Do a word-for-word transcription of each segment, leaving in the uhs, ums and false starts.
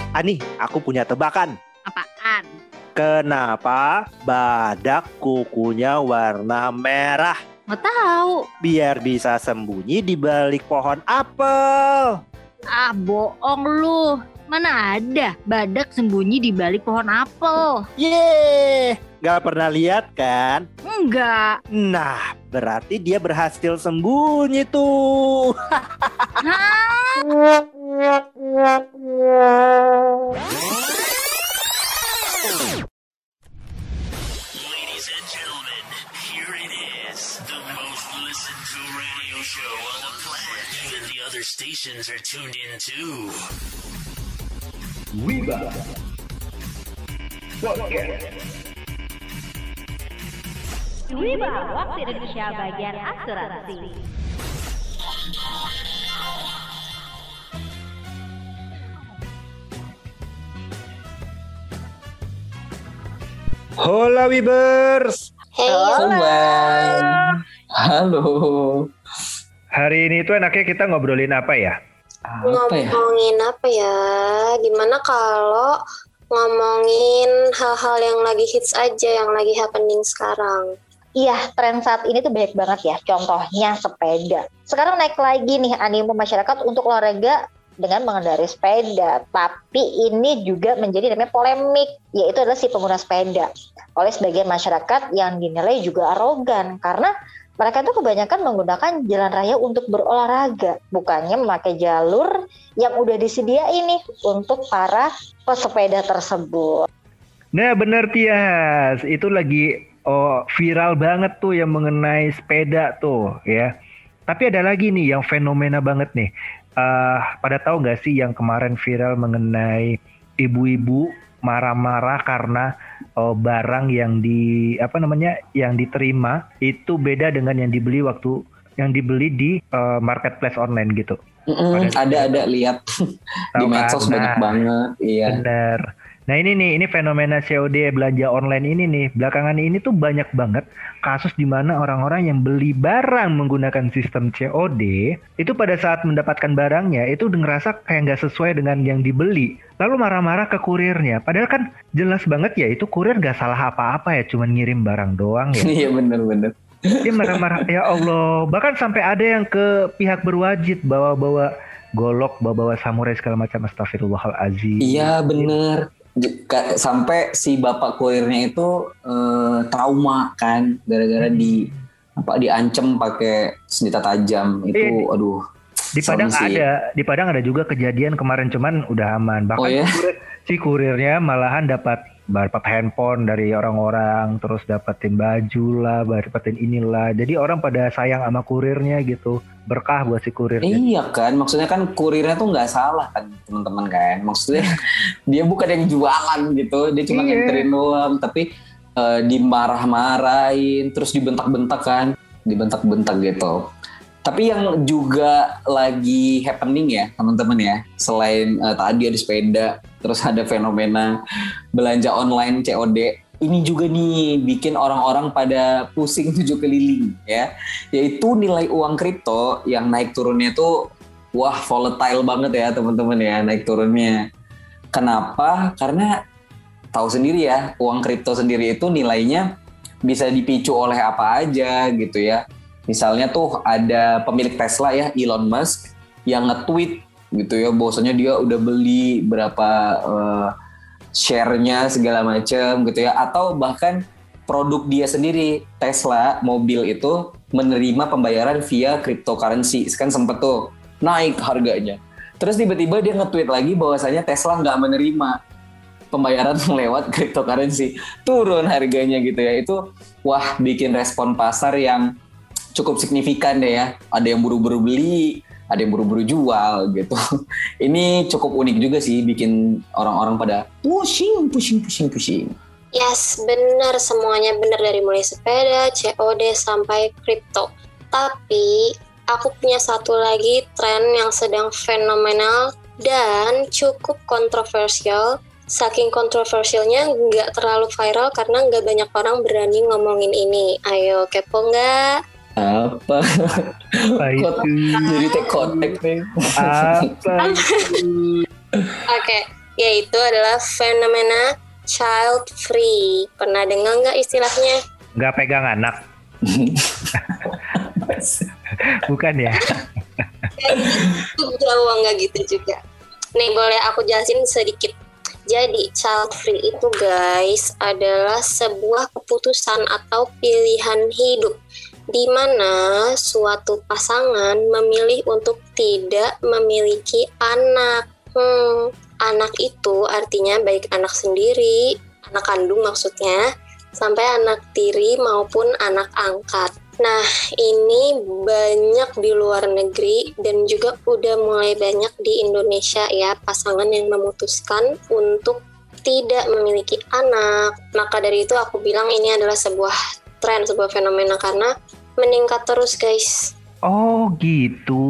Ani, aku punya tebakan. Apaan? Kenapa badak kukunya warna merah? Nggak tahu. Biar bisa sembunyi di balik pohon apel. Ah, bohong lu. Mana ada badak sembunyi di balik pohon apel? Yeay, gak pernah lihat kan? Enggak. Nah, berarti dia berhasil sembunyi tuh. Hah? Ladies and gentlemen, here it is, the most listened to radio show on the planet. Even the other stations are tuned in too. Wiba Podcast. Wiba, waktu Indonesia bagian asuransi. Hola Wibers. Sobat. Halo. Hari ini tuh enaknya kita ngobrolin apa ya? Apa ya? Ngomongin apa ya? Gimana kalau ngomongin hal-hal yang lagi hits aja, yang lagi happening sekarang? Iya, tren saat ini tuh banyak banget ya. Contohnya sepeda. Sekarang naik lagi nih animo masyarakat untuk olahraga dengan mengendarai sepeda. Tapi ini juga menjadi namanya polemik, yaitu adalah si pengguna sepeda. Oleh sebagian masyarakat yang dinilai juga arogan karena mereka tuh kebanyakan menggunakan jalan raya untuk berolahraga, bukannya memakai jalur yang udah disediain nih untuk para pesepeda tersebut. Nah bener Tias, itu lagi oh, viral banget tuh yang mengenai sepeda tuh ya. Tapi ada lagi nih yang fenomena banget nih. Uh, pada tahu nggak sih yang kemarin viral mengenai ibu-ibu marah-marah karena uh, barang yang di apa namanya yang diterima itu beda dengan yang dibeli waktu yang dibeli di uh, marketplace online gitu. Ada ada lihat di medsos kan? Banyak Nah, banget. Iya. Bener. Nah ini nih, ini fenomena C O D belanja online ini nih, belakangan ini tuh banyak banget kasus di mana orang-orang yang beli barang menggunakan sistem C O D, itu pada saat mendapatkan barangnya, itu ngerasa kayak nggak sesuai dengan yang dibeli. Lalu marah-marah ke kurirnya, padahal kan jelas banget ya, itu kurir nggak salah apa-apa ya, cuman ngirim barang doang ya. Iya bener-bener. Dia marah-marah, ya Allah, bahkan sampai ada yang ke pihak berwajib, bawa-bawa golok, bawa-bawa samurai segala macam, astagfirullahaladzim. Iya bener. Sampai si bapak kurirnya itu uh, trauma kan gara-gara di apa diancam pakai senjata tajam itu. Eh, aduh. Di Padang ada, di Padang ada juga kejadian kemarin, cuman udah aman. Bahkan oh, ya? kurir, si kurirnya malahan dapat dapat handphone dari orang-orang, terus dapetin baju lah, dapetin inilah. Jadi orang pada sayang sama kurirnya gitu. Berkah buat si kurir. Iya kan, maksudnya kan kurirnya tuh nggak salah kan teman-teman kan. Maksudnya dia bukan yang jualan gitu, dia cuma iya. nganterin doang. Tapi uh, dimarah-marahin, terus dibentak-bentak kan, dibentak-bentak gitu. Tapi yang juga lagi happening ya teman-teman ya, selain uh, tadi ada sepeda, terus ada fenomena belanja online C O D, ini juga nih bikin orang-orang pada pusing tujuh keliling ya, yaitu nilai uang kripto yang naik turunnya tuh wah volatile banget ya teman-teman ya, naik turunnya. Kenapa? Karena tahu sendiri ya, uang kripto sendiri itu nilainya bisa dipicu oleh apa aja gitu ya. Misalnya tuh ada pemilik Tesla ya, Elon Musk, yang nge-tweet gitu ya, bahwasanya dia udah beli berapa uh, share-nya segala macam gitu ya, atau bahkan produk dia sendiri Tesla mobil itu menerima pembayaran via cryptocurrency, kan sempet tuh naik harganya. Terus tiba-tiba dia nge-tweet lagi bahwasanya Tesla nggak menerima pembayaran lewat cryptocurrency, turun harganya gitu ya. Itu wah bikin respon pasar yang cukup signifikan deh ya. Ada yang buru-buru beli, ada yang buru-buru jual gitu. Ini cukup unik juga sih, bikin orang-orang pada pusing, pusing, pusing, pusing. Yes, benar, semuanya benar, dari mulai sepeda, C O D sampai kripto. Tapi aku punya satu lagi tren yang sedang fenomenal dan cukup kontroversial. Saking kontroversialnya nggak terlalu viral karena nggak banyak orang berani ngomongin ini. Ayo kepo nggak? Apa? Apa itu? Jadi take contact nih. Apa? Oke, yaitu adalah fenomena child free. Pernah dengar nggak istilahnya? Nggak pegang anak. Bukan ya? Itu jauh nggak gitu juga. Nih boleh aku jelasin sedikit. Jadi child free itu guys adalah sebuah keputusan atau pilihan hidup di mana suatu pasangan memilih untuk tidak memiliki anak. Hmm, anak itu artinya baik anak sendiri, anak kandung maksudnya, sampai anak tiri maupun anak angkat. Nah, ini banyak di luar negeri dan juga udah mulai banyak di Indonesia ya, pasangan yang memutuskan untuk tidak memiliki anak. Maka dari itu aku bilang ini adalah sebuah tren, sebuah fenomena karena meningkat terus guys. Oh gitu.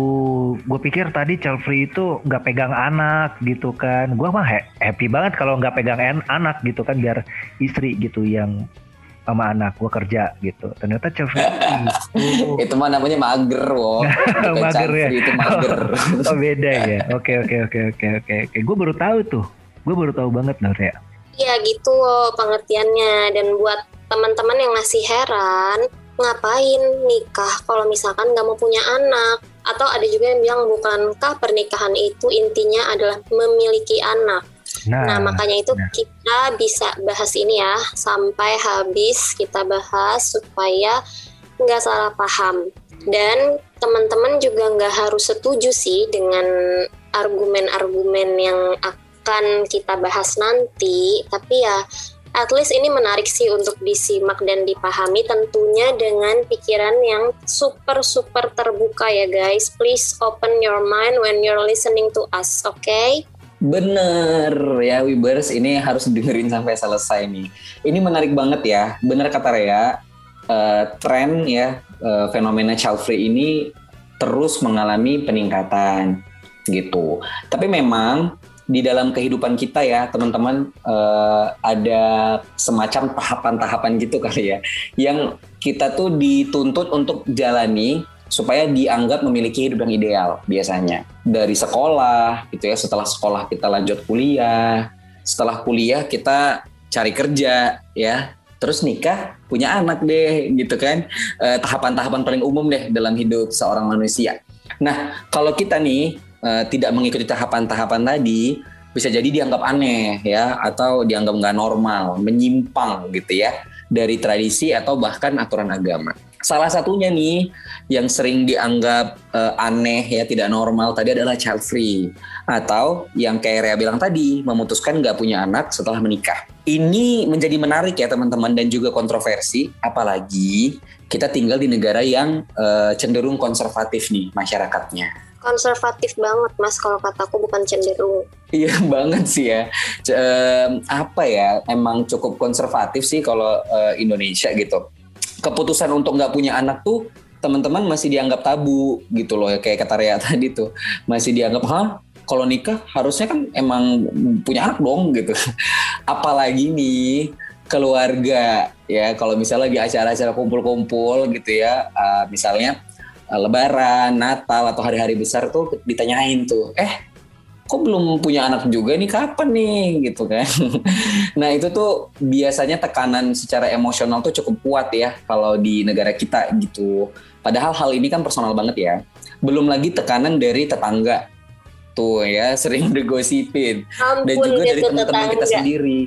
Gue pikir tadi child free itu nggak pegang anak gitu kan. Gue mah happy banget kalau nggak pegang en- anak gitu kan, biar istri gitu yang sama anak gue kerja gitu. Ternyata child free itu Itu mah namanya mager, wo. Bukan mager ya. child free, itu mager. Oh beda ya. Oke oke oke oke oke oke. Gue baru tahu tuh. Gue baru tahu banget Nur ya. Ya gitu loh pengertiannya. Dan buat teman-teman yang masih heran, ngapain nikah kalau misalkan nggak mau punya anak? Atau ada juga yang bilang bukankah pernikahan itu intinya adalah memiliki anak? Nah, Nah, makanya itu nah. kita bisa bahas ini ya sampai habis, kita bahas supaya nggak salah paham. Dan teman-teman juga nggak harus setuju sih dengan argumen-argumen yang akan kita bahas nanti, tapi ya at least ini menarik sih untuk disimak dan dipahami, tentunya dengan pikiran yang super-super terbuka ya guys. Please open your mind when you're listening to us, oke? Okay? Bener ya Wibers, ini harus dengerin sampai selesai nih. Ini menarik banget ya, bener kata Rea, uh, tren ya uh, fenomena child free ini terus mengalami peningkatan gitu. Tapi memang di dalam kehidupan kita ya teman-teman uh, ada semacam tahapan-tahapan gitu kali ya, yang kita tuh dituntut untuk jalani supaya dianggap memiliki hidup yang ideal biasanya. Dari sekolah gitu ya, setelah sekolah kita lanjut kuliah, setelah kuliah kita cari kerja ya, terus nikah, punya anak deh gitu kan. Eh, tahapan-tahapan paling umum deh dalam hidup seorang manusia. Nah, kalau kita nih eh, tidak mengikuti tahapan-tahapan tadi, bisa jadi dianggap aneh ya, atau dianggap nggak normal, menyimpang gitu ya dari tradisi atau bahkan aturan agama. Salah satunya nih yang sering dianggap uh, aneh ya, tidak normal tadi adalah child free, atau yang kayak Rea bilang tadi, memutuskan nggak punya anak setelah menikah. Ini menjadi menarik ya teman-teman, dan juga kontroversi, apalagi kita tinggal di negara yang uh, cenderung konservatif nih masyarakatnya. Konservatif banget mas, kalau kataku bukan cenderung. Iya banget sih ya. C- um, apa ya, emang cukup konservatif sih kalau uh, Indonesia gitu. Keputusan untuk nggak punya anak tuh teman-teman masih dianggap tabu gitu loh ya, kayak kata Rea tadi tuh masih dianggap hah kalau nikah harusnya kan emang punya anak dong gitu. Apalagi nih keluarga ya, kalau misalnya di acara-acara kumpul-kumpul gitu ya, uh, misalnya uh, Lebaran, Natal atau hari-hari besar tuh ditanyain tuh, eh kok belum punya anak juga nih, kapan nih gitu kan. Nah itu tuh biasanya tekanan secara emosional tuh cukup kuat ya kalau di negara kita gitu. Padahal hal ini kan personal banget ya. Belum lagi tekanan dari tetangga tuh ya, sering digosipin. Ampun, dan juga dari itu teman-teman kita tetangga. sendiri.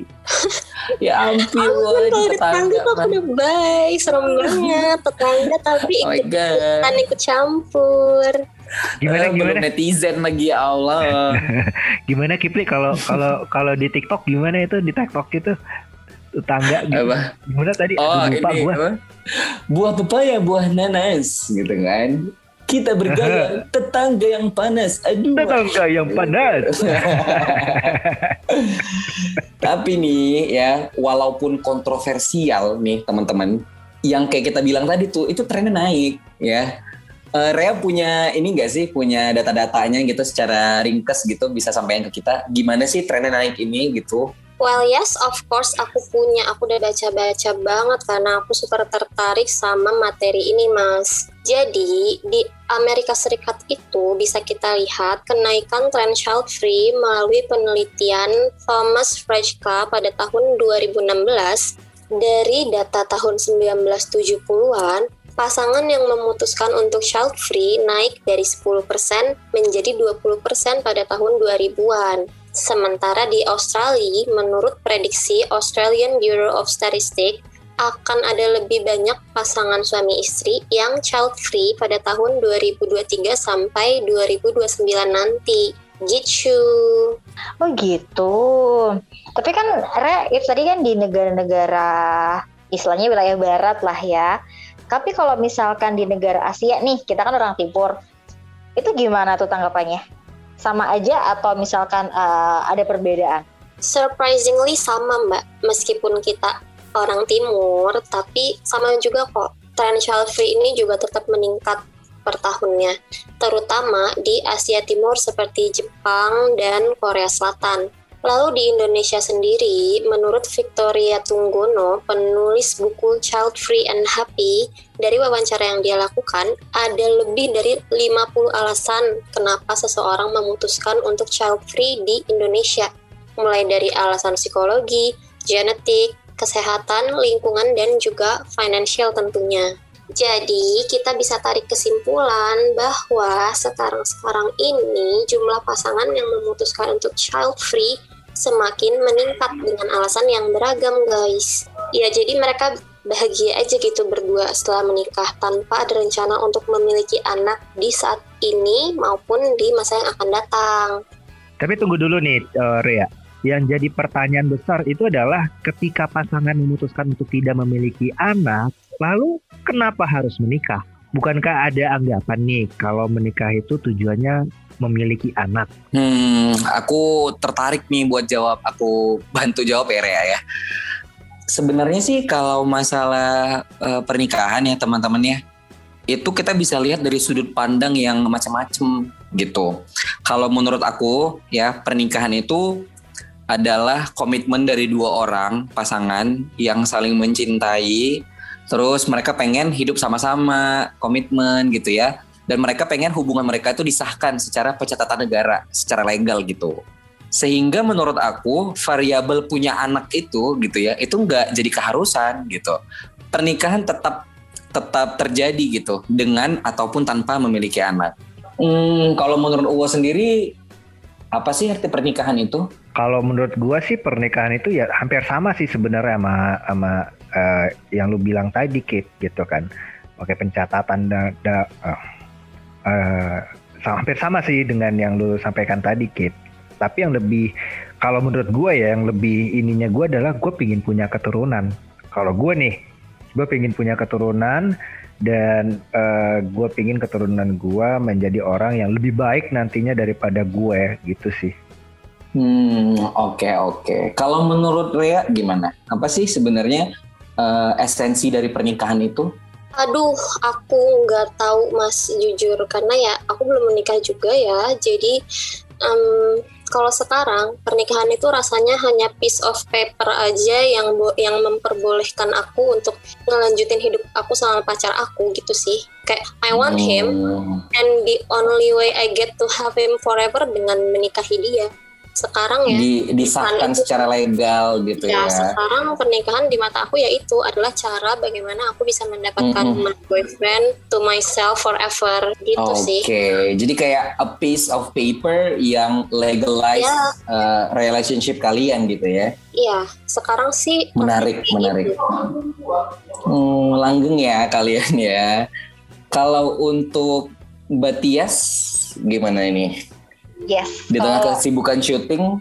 Ya ampun, Ampun, kalau di tetangga tuh aku udah baik, serem banget tetangga, tapi Oh my ikut God. ikutan ikut campur. Gimana Eh, belum gimana? netizen lagi, ya Allah. Gimana Kipli kalau kalau kalau di TikTok gimana itu, di TikTok itu tetangga gitu. Apa? Gimana tadi? Oh Aduh, lupa ini gua. apa? Buah pepaya, buah nanas gitu kan. Kita bergaya tetangga yang panas. Aduh. Tetangga yang panas. Tapi nih ya, walaupun kontroversial nih teman-teman, yang kayak kita bilang tadi tuh, itu trennya naik ya. Uh, Rea punya ini nggak sih, punya data-datanya gitu secara ringkes gitu, bisa sampaikan ke kita gimana sih trennya naik ini gitu? Well yes, of course aku punya, aku udah baca-baca banget karena aku super tertarik sama materi ini mas. Jadi di Amerika Serikat itu bisa kita lihat kenaikan tren child free melalui penelitian Thomas Frejka pada tahun dua ribu enam belas. Dari data tahun sembilan belas tujuh puluhan, pasangan yang memutuskan untuk child free naik dari sepuluh persen menjadi dua puluh persen pada tahun dua ribuan. Sementara di Australia, menurut prediksi Australian Bureau of Statistics, akan ada lebih banyak pasangan suami istri yang child free pada tahun dua ribu dua puluh tiga sampai dua ribu dua puluh sembilan nanti. Gitu. Oh gitu. Tapi kan Re, itu tadi kan di negara-negara istilahnya wilayah barat lah ya. Tapi kalau misalkan di negara Asia nih, kita kan orang timur, itu gimana tuh tanggapannya? Sama aja atau misalkan uh, ada perbedaan? Surprisingly sama mbak, meskipun kita orang timur, tapi sama juga kok. Tren child free ini juga tetap meningkat per tahunnya, terutama di Asia Timur seperti Jepang dan Korea Selatan. Lalu di Indonesia sendiri, menurut Victoria Tunggono, penulis buku Child Free and Happy, dari wawancara yang dia lakukan, ada lebih dari lima puluh alasan kenapa seseorang memutuskan untuk child free di Indonesia. Mulai dari alasan psikologi, genetik, kesehatan, lingkungan, dan juga financial tentunya. Jadi, kita bisa tarik kesimpulan bahwa sekarang-sekarang ini jumlah pasangan yang memutuskan untuk child free semakin meningkat dengan alasan yang beragam, guys. Ya, jadi mereka bahagia aja gitu berdua setelah menikah tanpa ada rencana untuk memiliki anak di saat ini maupun di masa yang akan datang. Tapi tunggu dulu nih, uh, Rea. Yang jadi pertanyaan besar itu adalah ketika pasangan memutuskan untuk tidak memiliki anak, lalu kenapa harus menikah? Bukankah ada anggapan nih kalau menikah itu tujuannya memiliki anak? Hmm, aku tertarik nih buat jawab. Aku bantu jawab ya Rea ya. Sebenarnya sih kalau masalah uh, pernikahan ya teman-teman ya, itu kita bisa lihat dari sudut pandang yang macam-macam gitu. Kalau menurut aku ya, pernikahan itu adalah komitmen dari dua orang pasangan yang saling mencintai, terus mereka pengen hidup sama-sama, komitmen gitu ya. Dan mereka pengen hubungan mereka itu disahkan secara pencatatan negara, secara legal gitu. Sehingga menurut aku variabel punya anak itu gitu ya, itu nggak jadi keharusan gitu. Pernikahan tetap tetap terjadi gitu dengan ataupun tanpa memiliki anak. Hmm, kalau menurut Uwo sendiri apa sih arti pernikahan itu? Kalau menurut gua sih pernikahan itu ya hampir sama sih sebenarnya sama sama uh, yang lu bilang tadi Kit gitu kan. Oke, pencatatan da, da, uh, uh, hampir sama sih dengan yang lu sampaikan tadi Kit. Tapi yang lebih, kalau menurut gue ya, yang lebih ininya gue adalah gue pingin punya keturunan. Kalau gue nih, gue pingin punya keturunan dan uh, gue pingin keturunan gue menjadi orang yang lebih baik nantinya daripada gue, gitu sih. Hmm, oke okay, oke. Okay. Kalau menurut Rea gimana? Apa sih sebenarnya uh, esensi dari pernikahan itu? Aduh, aku nggak tahu mas jujur karena ya aku belum menikah juga ya. Jadi um, kalau sekarang pernikahan itu rasanya hanya piece of paper aja yang bo- yang memperbolehkan aku untuk ngelanjutin hidup aku sama pacar aku gitu sih. Kayak I want hmm. him and the only way I get to have him forever dengan menikahi dia. Sekarang ya di, disahkan secara legal gitu ya, ya. Sekarang pernikahan di mata aku ya itu adalah cara bagaimana aku bisa mendapatkan mm-hmm. my boyfriend to myself forever gitu okay. sih. Oke, jadi kayak a piece of paper yang legalize yeah. uh, relationship kalian gitu ya. Iya, sekarang sih menarik, menarik. Hmm, langgeng ya kalian ya. Kalau untuk Mbak Tias gimana ini? Yes. Di tengah kesibukan syuting.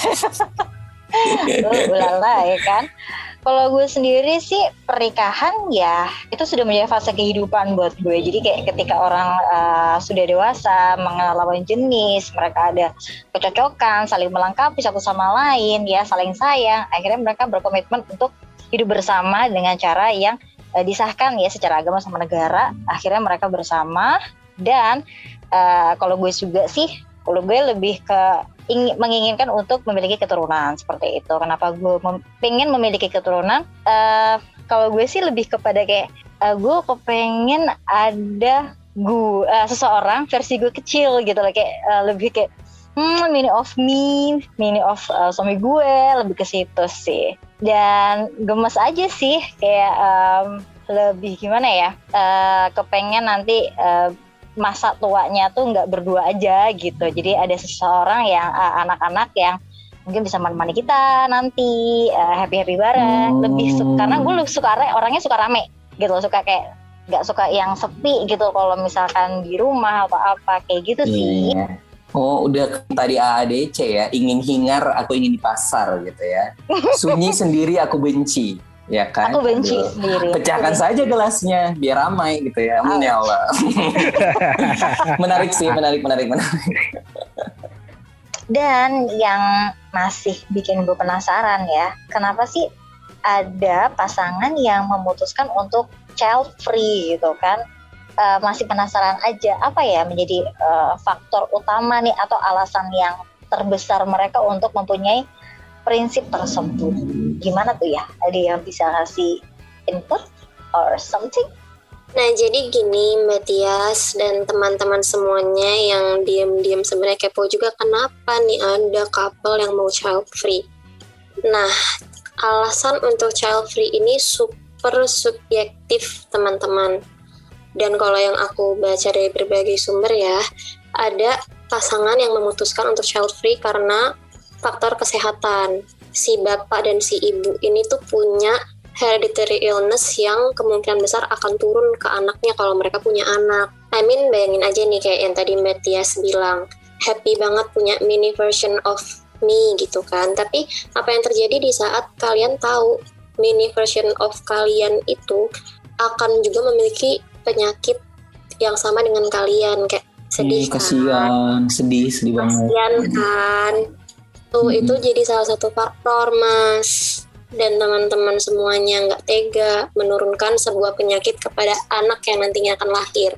Ulala ya kan. Kalau gue sendiri sih pernikahan ya itu sudah menjadi fase kehidupan buat gue. Jadi kayak ketika orang uh, sudah dewasa, mengenal lawan jenis, mereka ada kecocokan, saling melengkapi satu sama lain, ya saling sayang. Akhirnya mereka berkomitmen untuk hidup bersama dengan cara yang uh, disahkan ya secara agama sama negara. Akhirnya mereka bersama dan uh, kalau gue juga sih. Kalau gue lebih ke ingin, menginginkan untuk memiliki keturunan seperti itu. Kenapa gue mem- pengen memiliki keturunan? Uh, kalau gue sih lebih kepada kayak uh, gue kepengen ada gue uh, seseorang versi gue kecil gitu loh, kayak uh, lebih kayak hmm, mini of me, mini of uh, suami gue, lebih ke situ sih. Dan gemes aja sih, kayak um, lebih gimana ya, uh, kepengen nanti uh, masa tuanya tuh nggak berdua aja gitu. Jadi ada seseorang yang uh, anak-anak yang mungkin bisa menemani kita nanti uh, happy-happy bareng. Hmm. Lebih su- karena gue suka orangnya suka rame gitu, suka kayak nggak suka yang sepi gitu kalau misalkan di rumah atau apa kayak gitu sih. Yeah. Oh, udah tadi A A D C ya, ingin hingar aku ingin di pasar gitu ya. Sunyi sendiri aku benci. Ya kan? Aku benci Aduh. sendiri. Pecahkan benci. saja gelasnya biar ramai gitu ya. Oh. Ya Allah. Menarik sih, menarik, menarik, menarik. Dan yang masih bikin gue penasaran ya, kenapa sih ada pasangan yang memutuskan untuk child free gitu kan? Uh, masih penasaran aja apa ya menjadi uh, faktor utama nih atau alasan yang terbesar mereka untuk mempunyai prinsip tersebut. Gimana tuh ya? Ada yang bisa kasih input or something? Nah, jadi gini Mbak Tias dan teman-teman semuanya yang diam-diam sebenarnya kepo juga, kenapa nih ada couple yang mau child free? Nah, alasan untuk child free ini super subjektif teman-teman. Dan kalau yang aku baca dari berbagai sumber ya, ada pasangan yang memutuskan untuk child free karena faktor kesehatan. Si bapak dan si ibu ini tuh punya hereditary illness yang kemungkinan besar akan turun ke anaknya kalau mereka punya anak. I mean, bayangin aja nih kayak yang tadi Mbak Tias bilang, happy banget punya mini version of me gitu kan. Tapi apa yang terjadi di saat kalian tahu mini version of kalian itu akan juga memiliki penyakit yang sama dengan kalian, kayak sedih kan? Kasian, sedih, sedih banget. Kasian kan? Tuh mm-hmm. Itu jadi salah satu faktor Mas dan teman-teman semuanya nggak tega menurunkan sebuah penyakit kepada anak yang nantinya akan lahir.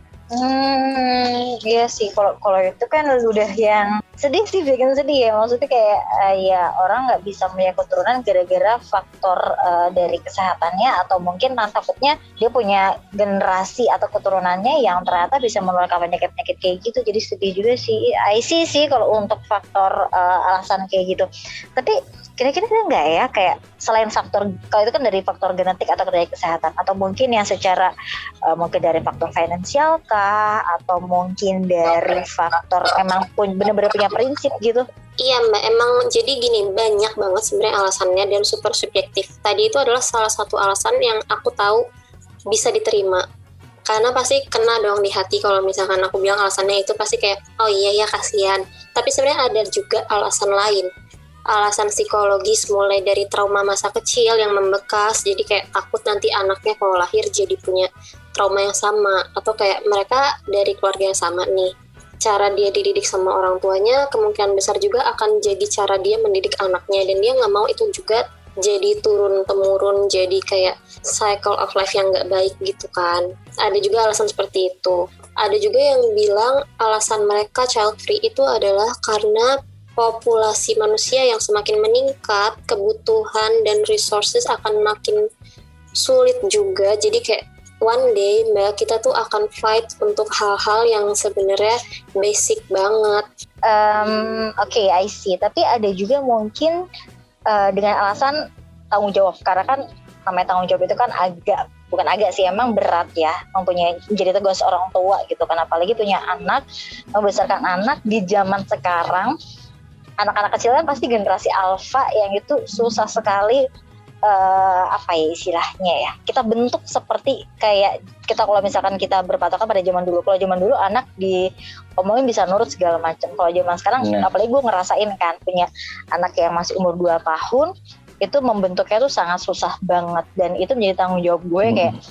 Hmm, iya sih, kalau kalau itu kan udah yang sedih sih, bikin sedih ya. Maksudnya kayak uh, ya orang nggak bisa punya keturunan gara-gara faktor uh, dari kesehatannya, atau mungkin nah, takutnya dia punya generasi atau keturunannya yang ternyata bisa menularkan penyakit-penyakit kayak gitu. Jadi sedih juga sih. I see sih kalau untuk faktor uh, alasan kayak gitu. Tapi kira-kira enggak ya, kayak selain faktor, kalau itu kan dari faktor genetik atau dari kesehatan, atau mungkin yang secara uh, mungkin dari faktor finansial kah, atau mungkin dari faktor emang pun benar-benar punya prinsip gitu. Iya Mbak, emang jadi gini, banyak banget sebenarnya alasannya dan super subjektif. Tadi itu adalah salah satu alasan yang aku tahu bisa diterima, karena pasti kena dong di hati kalau misalkan aku bilang alasannya itu, pasti kayak oh iya ya kasihan. Tapi sebenarnya ada juga alasan lain, alasan psikologis, mulai dari trauma masa kecil yang membekas, jadi kayak takut nanti anaknya kalau lahir jadi punya trauma yang sama, atau kayak mereka dari keluarga yang sama nih, cara dia dididik sama orang tuanya kemungkinan besar juga akan jadi cara dia mendidik anaknya, dan dia nggak mau itu juga jadi turun-temurun, jadi kayak cycle of life yang nggak baik gitu kan. Ada juga alasan seperti itu. Ada juga yang bilang alasan mereka child free itu adalah karena populasi manusia yang semakin meningkat, kebutuhan dan resources akan makin sulit juga. Jadi kayak one day Mbak, kita tuh akan fight untuk hal-hal yang sebenarnya basic banget. Um, Oke, okay, I see. Tapi ada juga mungkin uh, dengan alasan tanggung jawab. Karena kan namanya tanggung jawab itu kan agak, bukan agak sih, emang berat ya, mempunyai jadi tugas orang tua gitu kan. Apalagi punya anak, membesarkan anak di zaman sekarang. Anak-anak kecil kan pasti generasi alfa yang itu susah sekali uh, apa ya istilahnya ya, kita bentuk seperti kayak kita kalau misalkan kita berpatokan pada zaman dulu. Kalau zaman dulu anak diomongin bisa nurut segala macam. Kalau zaman sekarang nah. Apalagi gue ngerasain kan punya anak yang masih umur dua tahun, itu membentuknya tuh sangat susah banget, dan itu menjadi tanggung jawab gue hmm. kayak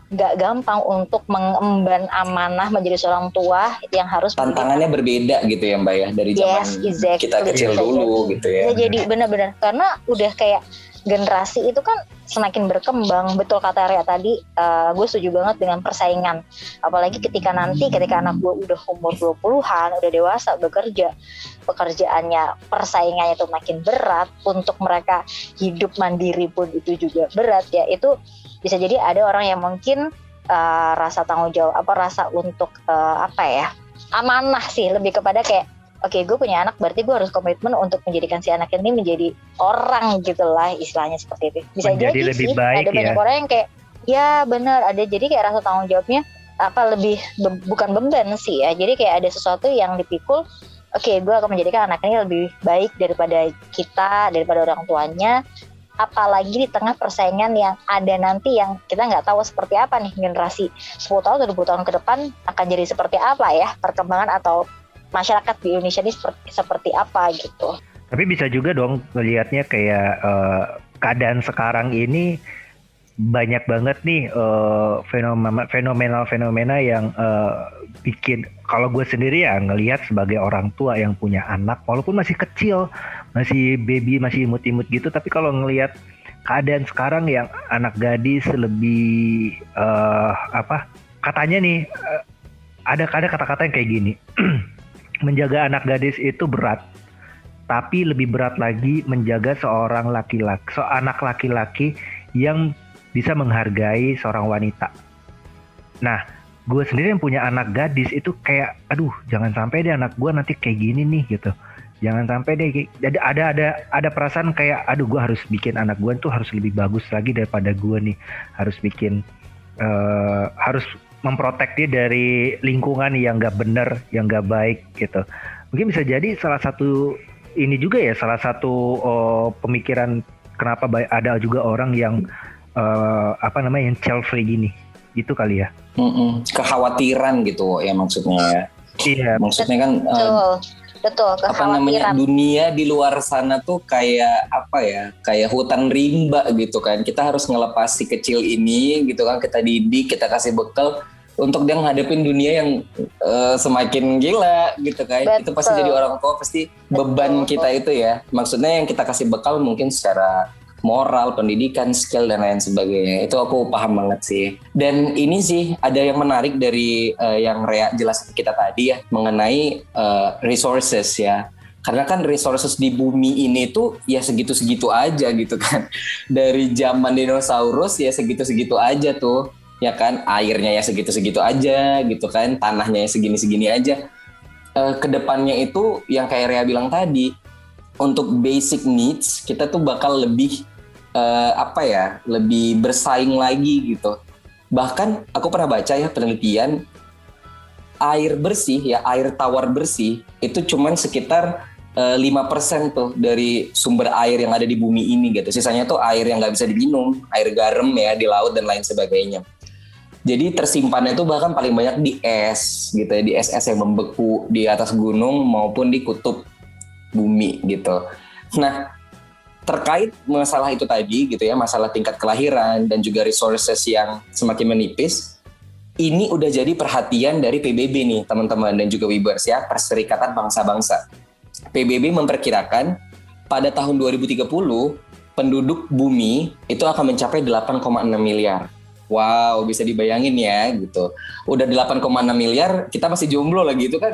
nggak gampang untuk mengemban amanah menjadi seorang tua yang harus tantangannya berbeda gitu ya Mbak ya dari zaman yes, exactly. kita kecil bisa dulu jadi, gitu ya. Bisa jadi benar-benar karena udah kayak generasi itu kan semakin berkembang. Betul kata Rea tadi, uh, gue setuju banget dengan persaingan. Apalagi ketika nanti ketika anak gue udah umur dua puluhan, udah dewasa bekerja, pekerjaannya persaingannya itu makin berat, untuk mereka hidup mandiri pun itu juga berat ya. Itu bisa jadi ada orang yang mungkin uh, rasa tanggung jawab apa rasa untuk uh, apa ya amanah sih, lebih kepada kayak oke okay, gue punya anak berarti gue harus komitmen untuk menjadikan si anak ini menjadi orang gitu lah, istilahnya seperti itu. Bisa menjadi jadi lebih sih baik, ada banyak ya. orang yang kayak ya benar, ada jadi kayak rasa tanggung jawabnya apa lebih be- bukan beban sih ya, jadi kayak ada sesuatu yang dipikul. Oke okay, gue akan menjadikan anak ini lebih baik daripada kita, daripada orang tuanya. Apalagi di tengah persaingan yang ada nanti yang kita nggak tahu seperti apa nih generasi sepuluh tahun atau dua puluh tahun ke depan akan jadi seperti apa ya perkembangan atau masyarakat di Indonesia ini seperti, seperti apa gitu. Tapi bisa juga dong melihatnya kayak uh, keadaan sekarang ini banyak banget nih uh, fenomena fenomena-fenomena yang uh, bikin, kalau gue sendiri ya ngelihat sebagai orang tua yang punya anak walaupun masih kecil, masih baby, masih imut-imut gitu, tapi kalau ngelihat keadaan sekarang yang anak gadis lebih uh, apa katanya nih uh, ada ada kata-kata yang kayak gini menjaga anak gadis itu berat, tapi lebih berat lagi menjaga seorang laki-laki, seorang anak laki-laki yang bisa menghargai seorang wanita. Nah, gue sendiri yang punya anak gadis itu kayak, aduh, jangan sampai deh anak gue nanti kayak gini nih gitu. Jangan sampai deh. Jadi ada ada ada perasaan kayak, aduh, gue harus bikin anak gue tuh harus lebih bagus lagi daripada gue nih. Harus bikin, uh, harus memprotek dia dari lingkungan yang gak bener, yang gak baik gitu. Mungkin bisa jadi salah satu ini juga ya, salah satu oh, pemikiran kenapa ada juga orang yang Uh, apa namanya yang child free gini gitu kali ya. Mm-mm. Kekhawatiran gitu ya maksudnya ya. Iya. Maksudnya kan betul, uh, betul apa namanya dunia di luar sana tuh kayak apa ya, kayak hutan rimba gitu kan. Kita harus ngelepas si kecil ini gitu kan, kita didik, kita kasih bekal untuk dia ngadepin dunia yang uh, semakin gila gitu kan. Betul. Itu pasti jadi orang tua pasti beban betul, kita itu ya. Maksudnya yang kita kasih bekal mungkin secara moral, pendidikan, skill dan lain sebagainya. Itu aku paham banget sih. Dan ini sih ada yang menarik dari uh, yang Rea jelaskan kita tadi ya mengenai uh, resources ya. Karena kan resources di bumi ini tuh ya segitu-segitu aja gitu kan. Dari zaman dinosaurus ya segitu-segitu aja tuh. Ya kan, airnya ya segitu-segitu aja gitu kan, tanahnya ya segini-segini aja. Uh, kedepannya itu yang kayak Rea bilang tadi, untuk basic needs kita tuh bakal lebih uh, apa ya, lebih bersaing lagi gitu. Bahkan aku pernah baca ya penelitian air bersih ya, air tawar bersih itu cuman sekitar uh, lima persen tuh dari sumber air yang ada di bumi ini gitu. Sisanya tuh air yang nggak bisa diminum, air garam ya di laut dan lain sebagainya. Jadi tersimpannya itu bahkan paling banyak di es gitu ya, di es-es yang membeku di atas gunung maupun di kutub bumi gitu. Nah, terkait masalah itu tadi gitu ya, masalah tingkat kelahiran dan juga resources yang semakin menipis, ini udah jadi perhatian dari P B B nih teman-teman dan juga Wibers ya, Perserikatan Bangsa-Bangsa. P B B memperkirakan pada tahun dua ribu tiga puluh penduduk bumi itu akan mencapai delapan koma enam miliar. Wow, bisa dibayangin ya gitu. Udah delapan koma enam miliar, kita masih jomblo lagi itu kan.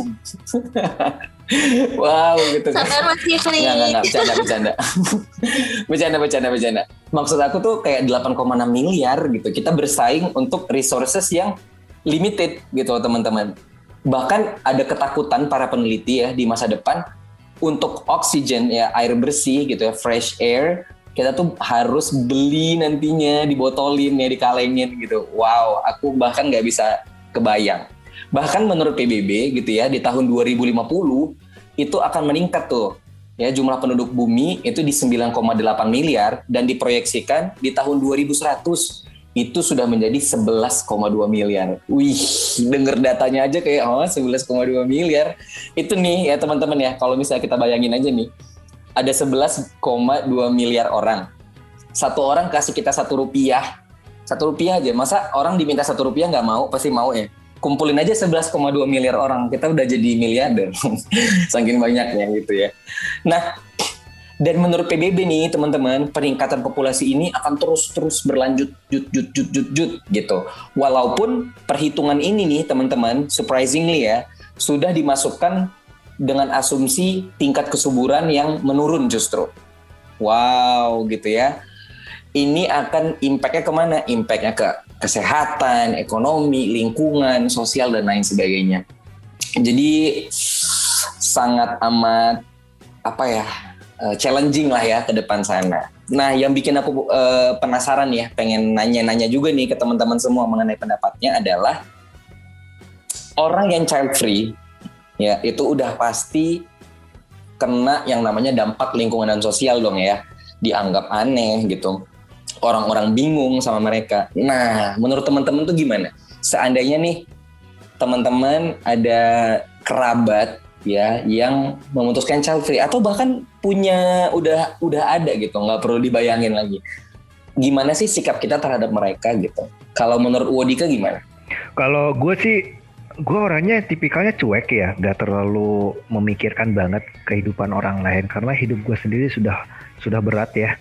Wow gitu kan. Sampai masih free. Enggak, enggak, enggak, bercanda, bercanda. bercanda, bercanda, bercanda. Maksud aku tuh kayak delapan koma enam miliar gitu. Kita bersaing untuk resources yang limited gitu teman-teman. Bahkan ada ketakutan para peneliti ya di masa depan untuk oksigen ya, air bersih gitu ya, fresh air. Kita tuh harus beli nantinya, dibotolin ya, dikalengin gitu. Wow, aku bahkan nggak bisa kebayang. Bahkan menurut P B B gitu ya, di tahun dua ribu lima puluh itu akan meningkat tuh. Ya, jumlah penduduk bumi itu di sembilan koma delapan miliar dan diproyeksikan di tahun dua ribu seratus itu sudah menjadi sebelas koma dua miliar. Wih, denger datanya aja kayak oh sebelas koma dua miliar. Itu nih ya teman-teman ya, kalau misalnya kita bayangin aja nih. Ada sebelas koma dua miliar orang. Satu orang kasih kita satu rupiah. Satu rupiah aja. Masa orang diminta satu rupiah nggak mau? Pasti mau ya. Kumpulin aja sebelas koma dua miliar orang. Kita udah jadi miliarder. Saking banyaknya gitu ya. Nah, dan menurut P B B nih teman-teman, peningkatan populasi ini akan terus-terus berlanjut jut jut jut jut jut gitu. Walaupun perhitungan ini nih teman-teman, surprisingly ya, sudah dimasukkan dengan asumsi tingkat kesuburan yang menurun justru. Wow gitu ya. Ini akan impact-nya kemana? Impact-nya ke kesehatan, ekonomi, lingkungan, sosial, dan lain sebagainya. Jadi sangat amat apa ya, uh, challenging lah ya ke depan sana. Nah, yang bikin aku uh, penasaran ya, pengen nanya-nanya juga nih ke teman-teman semua mengenai pendapatnya adalah orang yang child free ya itu udah pasti kena yang namanya dampak lingkungan dan sosial dong ya, dianggap aneh gitu. Orang-orang bingung sama mereka. Nah, menurut teman-teman tuh gimana? Seandainya nih teman-teman ada kerabat ya yang memutuskan child free atau bahkan punya udah udah ada gitu, nggak perlu dibayangin lagi. Gimana sih sikap kita terhadap mereka gitu? Kalau menurut Wodika gimana? Kalau gue sih, gue orangnya tipikalnya cuek ya, nggak terlalu memikirkan banget kehidupan orang lain karena hidup gue sendiri sudah sudah berat ya.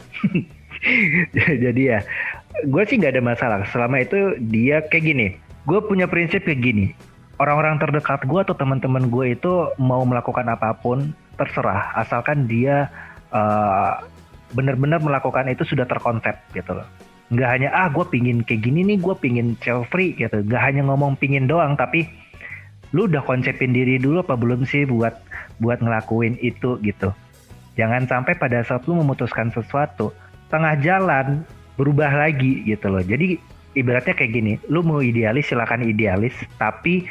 Jadi ya, gue sih nggak ada masalah selama itu dia kayak gini. Gue punya prinsip kayak gini. Orang-orang terdekat gue atau teman-teman gue itu mau melakukan apapun terserah, asalkan dia uh, benar-benar melakukan itu sudah terkonsep gitu loh. Nggak hanya ah gue pingin kayak gini nih, gue pingin child free gitu. Nggak hanya ngomong pingin doang, tapi lu udah konsepin diri dulu apa belum sih buat buat ngelakuin itu gitu. Jangan sampai pada saat lu memutuskan sesuatu tengah jalan berubah lagi gitu loh. Jadi ibaratnya kayak gini, lu mau idealis silakan idealis, tapi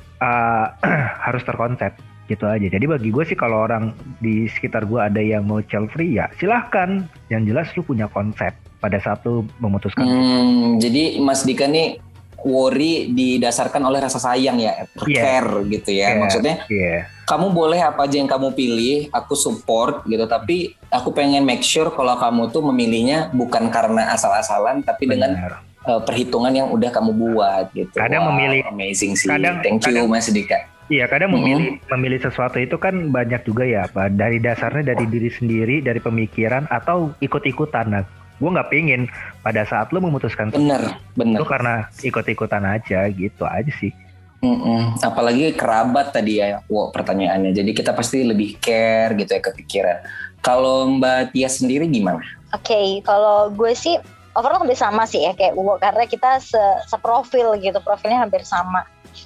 uh, harus terkonsep gitu aja. Jadi bagi gue sih kalau orang di sekitar gue ada yang mau child free ya silahkan. Yang jelas lu punya konsep pada saat lu memutuskan. Hmm, jadi Mas Dika nih worry didasarkan oleh rasa sayang ya, yeah. care gitu ya. Yeah. Maksudnya yeah. kamu boleh apa aja yang kamu pilih, aku support gitu. Tapi aku pengen make sure kalau kamu tuh memilihnya bukan karena asal-asalan, tapi Benar. dengan uh, perhitungan yang udah kamu buat gitu. Kadang wow, memilih, amazing sih. Kadang, Thank you kadang, Mas Dika. Iya, kadang mm-hmm. memilih memilih sesuatu itu kan banyak juga ya, Pak. Dari dasarnya dari diri sendiri, dari pemikiran atau ikut-ikutan. Nah, gue nggak pingin pada saat lo memutuskan bener bener lo karena ikut-ikutan aja gitu aja sih. Mm-mm. Apalagi kerabat tadi ya, wow, pertanyaannya. Jadi kita pasti lebih care gitu ya, kepikiran. Kalau Mbak Tia sendiri gimana? Oke, okay, kalau gue sih overall hampir sama sih ya kayak Uwo, karena kita se- seprofil gitu, profilnya hampir sama.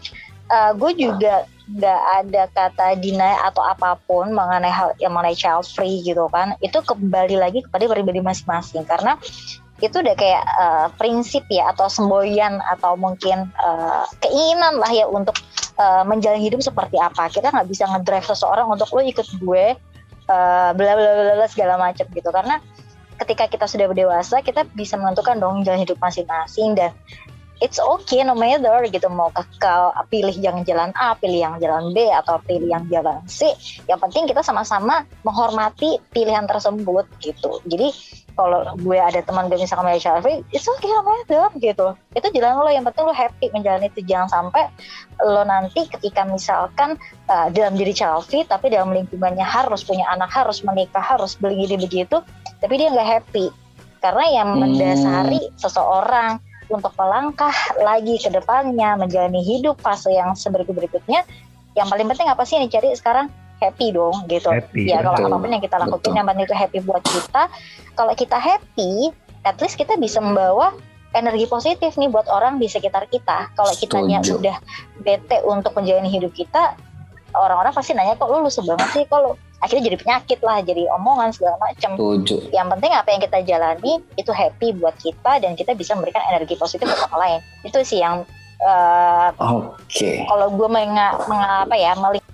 Uh, gue juga nggak ada kata deny atau apapun mengenai hal yang mengenai child free gitu kan. Itu kembali lagi kepada pribadi masing-masing karena itu udah kayak uh, prinsip ya atau semboyan atau mungkin uh, keinginan lah ya untuk uh, menjalani hidup seperti apa. Kita nggak bisa ngedrive seseorang untuk lo ikut gue uh, bla bla bla bla segala macam gitu, karena ketika kita sudah dewasa kita bisa menentukan dong jalan hidup masing-masing dan it's okay no matter gitu, mau kekal pilih yang jalan A, pilih yang jalan B atau pilih yang jalan C, yang penting kita sama-sama menghormati pilihan tersebut gitu. Jadi kalau gue ada teman gue misalkan mau child free, it's okay no matter gitu, itu jalan lo, yang penting lo happy menjalani itu. Jangan sampai lo nanti ketika misalkan uh, dalam diri child free tapi dalam lingkungannya harus punya anak, harus menikah, harus beli ini begitu, tapi dia nggak happy karena yang mendasari hmm. seseorang untuk melangkah lagi ke depannya menjalani hidup fase yang seberikut-berikutnya, yang paling penting apa sih yang dicari sekarang? Happy dong gitu. Happy, ya kalau apapun yang kita lakukan betul. Yang penting itu happy buat kita. Kalau kita happy, at least kita bisa membawa energi positif nih buat orang di sekitar kita. Kalau kitanya udah bete untuk menjalani hidup kita, orang-orang pasti nanya kok lu lusuh banget sih, kok lu akhirnya jadi penyakit lah, jadi omongan segala macam. Yang penting apa yang kita jalani itu happy buat kita dan kita bisa memberikan energi positif ke orang lain. Itu sih yang uh, oke. Okay. Kalau gue menga, menga, apa ya melihat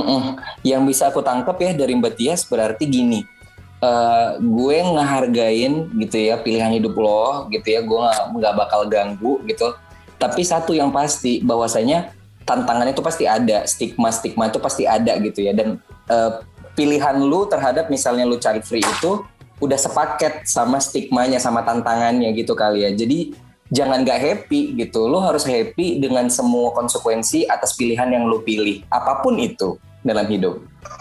yang bisa aku tangkap ya dari Mbak Tias berarti gini, uh, gue ngehargain gitu ya pilihan hidup lo gitu ya, gue nggak nggak bakal ganggu gitu. Tapi satu yang pasti bahwasanya tantangan itu pasti ada, stigma-stigma itu pasti ada gitu ya, dan uh, pilihan lu terhadap misalnya lu child free itu udah sepaket sama stigmanya, sama tantangannya gitu kali ya. Jadi jangan nggak happy gitu. Lo harus happy dengan semua konsekuensi atas pilihan yang lo pilih, apapun itu dalam hidup.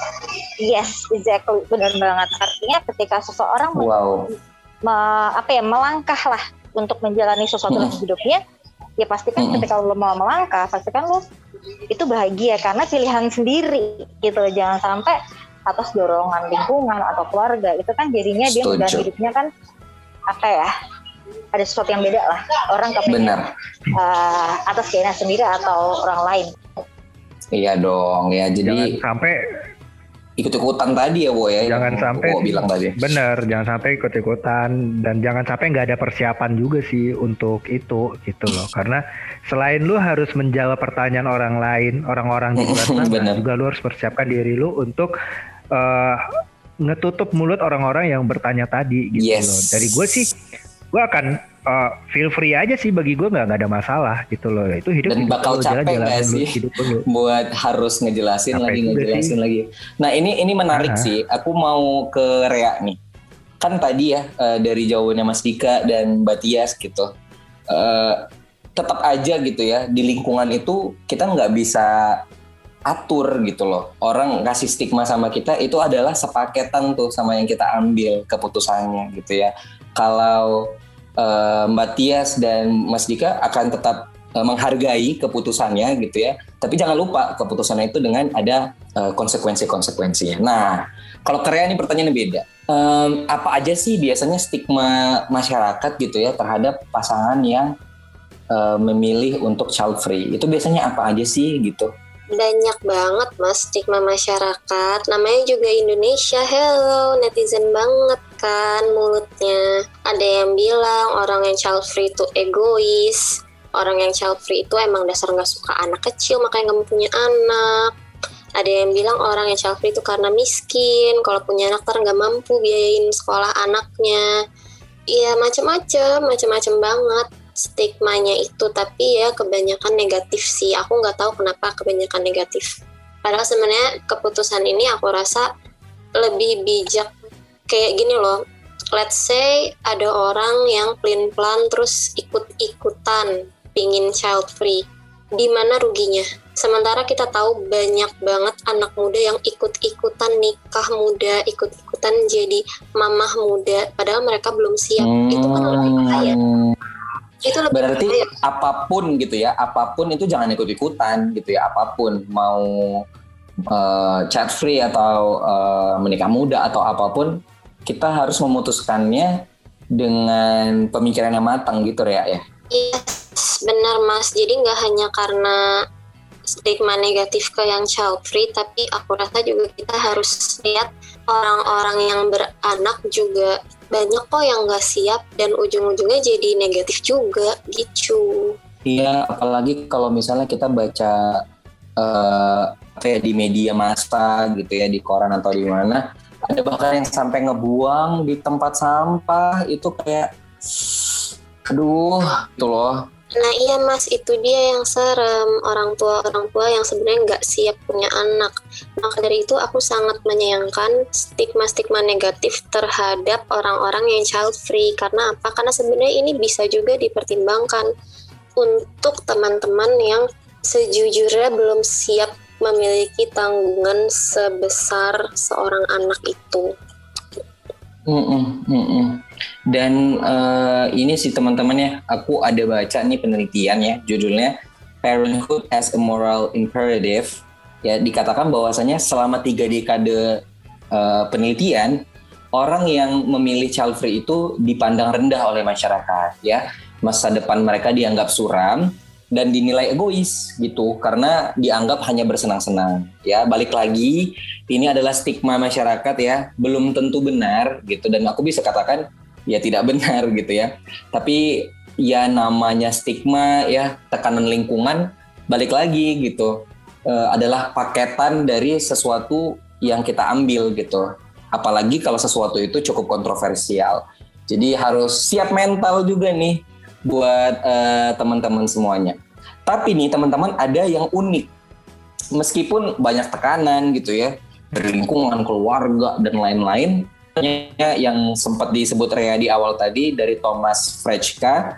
Yes, exactly, benar banget. Artinya ketika seseorang wow. me, apa ya melangkah lah untuk menjalani sesuatu dalam hmm. hidupnya, ya pastikan hmm. ketika lo mau melangkah, pastikan lo itu bahagia karena pilihan sendiri gitu. Jangan sampai atas dorongan lingkungan atau keluarga, itu kan jadinya dia menjalani hidupnya kan apa ya, ada sesuatu yang beda lah. Orang kepengen uh, atas keinginan sendiri atau orang lain. Iya dong ya, jadi jangan sampai ikut-ikutan tadi ya, Bo ya. Jangan yang sampai Bo bilang tadi. Bener, jangan sampai ikut-ikutan dan jangan sampai nggak ada persiapan juga sih untuk itu gitu loh. Karena selain lu harus menjawab pertanyaan orang lain, orang-orang di luar sana, juga lu harus persiapkan diri lu untuk uh, ngetutup mulut orang-orang yang bertanya tadi gitu yes. loh. Dari gue sih, gue akan uh, feel free aja sih, bagi gue nggak nggak ada masalah gitu loh. Itu hidup. Dan bakal capek nggak sih buat harus ngejelasin capek lagi ngejelasin sih. lagi. Nah ini ini menarik Aha. sih. Aku mau ke Rea nih. Kan tadi ya uh, dari jawabannya Mas Dika dan Mbak Tias gitu. Uh, tetap aja gitu ya, di lingkungan itu kita nggak bisa atur gitu loh. Orang kasih stigma sama kita itu adalah sepaketan tuh sama yang kita ambil keputusannya gitu ya. Kalau uh, Mbak Tias dan Mas Dika akan tetap uh, menghargai keputusannya gitu ya, tapi jangan lupa keputusannya itu dengan ada uh, konsekuensi-konsekuensinya. Nah, kalau Korea ini pertanyaannya beda. Um, apa aja sih biasanya stigma masyarakat gitu ya terhadap pasangan yang uh, memilih untuk child free? Itu biasanya apa aja sih gitu? Banyak banget mas stigma masyarakat. Namanya juga Indonesia, hello, netizen banget kan mulutnya. Ada yang bilang orang yang child free itu egois, orang yang child free itu emang dasar gak suka anak kecil makanya gak mau punya anak. Ada yang bilang orang yang child free itu karena miskin, kalau punya anak ntar gak mampu biayain sekolah anaknya. Iya macem-macem, macem-macem banget stigmanya itu, tapi ya kebanyakan negatif sih. Aku nggak tahu kenapa kebanyakan negatif. Padahal sebenarnya keputusan ini aku rasa lebih bijak. Kayak gini loh, let's say ada orang yang plan-plan terus ikut-ikutan pingin child free. Di mana ruginya? Sementara kita tahu banyak banget anak muda yang ikut-ikutan nikah muda, ikut-ikutan jadi mamah muda, padahal mereka belum siap. Hmm. Itu kan lebih bahaya. Itu lebih Berarti bahaya. apapun gitu ya, apapun itu jangan ikut-ikutan gitu ya, apapun mau uh, child free atau uh, menikah muda atau apapun, kita harus memutuskannya dengan pemikiran yang matang gitu ya ya. Yes, benar mas. Jadi nggak hanya karena stigma negatif ke yang child free, tapi aku rasa juga kita harus lihat orang-orang yang beranak juga banyak kok yang nggak siap dan ujung-ujungnya jadi negatif juga gitu. Iya, apalagi kalau misalnya kita baca uh, kayak di media massa gitu ya, di koran atau di mana, ada bahkan yang sampai ngebuang di tempat sampah itu kayak, aduh, itu loh. Nah iya mas, itu dia yang serem, orang tua-orang tua yang sebenarnya nggak siap punya anak. Maka dari itu aku sangat menyayangkan stigma-stigma negatif terhadap orang-orang yang child free. Karena apa? Karena sebenarnya ini bisa juga dipertimbangkan untuk teman-teman yang sejujurnya belum siap memiliki tanggungan sebesar seorang anak itu. Mm-mm, mm-mm. Dan uh, ini sih teman-teman ya, aku ada baca nih penelitian ya, judulnya Parenthood as a Moral Imperative. Ya, dikatakan bahwasanya selama tiga dekade uh, penelitian, orang yang memilih child free itu dipandang rendah oleh masyarakat ya. Masa depan mereka dianggap suram dan dinilai egois gitu karena dianggap hanya bersenang-senang ya. Balik lagi, ini adalah stigma masyarakat ya, belum tentu benar gitu, dan aku bisa katakan ya tidak benar gitu ya. Tapi ya namanya stigma ya, tekanan lingkungan, balik lagi gitu, e, adalah paketan dari sesuatu yang kita ambil gitu. Apalagi kalau sesuatu itu cukup kontroversial. Jadi harus siap mental juga nih buat uh, teman-teman semuanya. Tapi nih teman-teman, ada yang unik. Meskipun banyak tekanan gitu ya, dari lingkungan, keluarga, dan lain-lain, yang sempat disebut Rea di awal tadi, dari Thomas Frechka,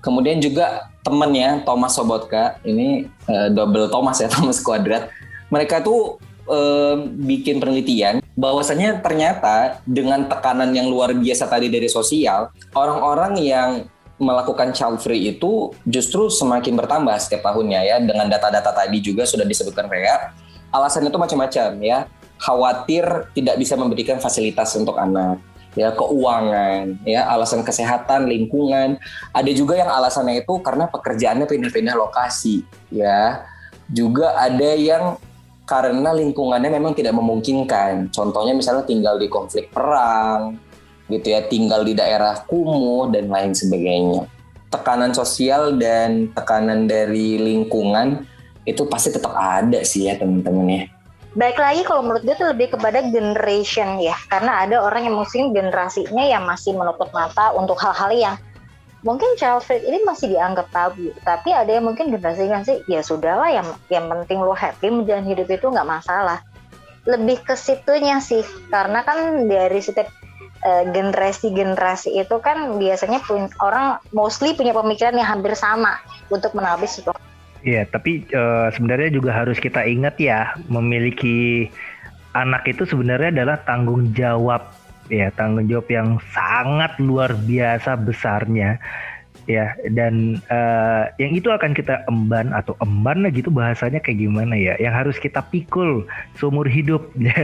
Kemudian juga temennya Thomas Sobotka, ini uh, double Thomas ya, Thomas kuadrat. Mereka tuh uh, bikin penelitian bahwasanya ternyata dengan tekanan yang luar biasa tadi dari sosial, orang-orang yang melakukan child free itu justru semakin bertambah setiap tahunnya ya. Dengan data-data tadi juga sudah disebutkan Rea. Alasannya itu macam-macam ya. Khawatir tidak bisa memberikan fasilitas untuk anak. Ya, keuangan, ya, alasan kesehatan, lingkungan. Ada juga yang alasannya itu karena pekerjaannya pindah-pindah lokasi, ya. Juga ada yang karena lingkungannya memang tidak memungkinkan. Contohnya misalnya tinggal di konflik perang, gitu ya, tinggal di daerah kumuh dan lain sebagainya. Tekanan sosial dan tekanan dari lingkungan itu pasti tetap ada sih ya teman-teman ya. Baik lagi kalau menurut gue tuh lebih kepada generation ya, karena ada orang yang mungkin generasinya yang masih menutup mata untuk hal-hal yang mungkin child free ini masih dianggap tabu, tapi ada yang mungkin generasi kan sih ya sudahlah, yang yang penting lo happy menjalani hidup itu nggak masalah. Lebih ke situnya sih, karena kan dari setiap uh, generasi-generasi itu kan biasanya pun, orang mostly punya pemikiran yang hampir sama untuk menanggapi situasi. Iya, tapi uh, sebenarnya juga harus kita ingat ya, memiliki anak itu sebenarnya adalah tanggung jawab, ya, tanggung jawab yang sangat luar biasa besarnya, ya, dan uh, yang itu akan kita emban atau emban lah gitu bahasanya kayak gimana ya, yang harus kita pikul seumur hidup.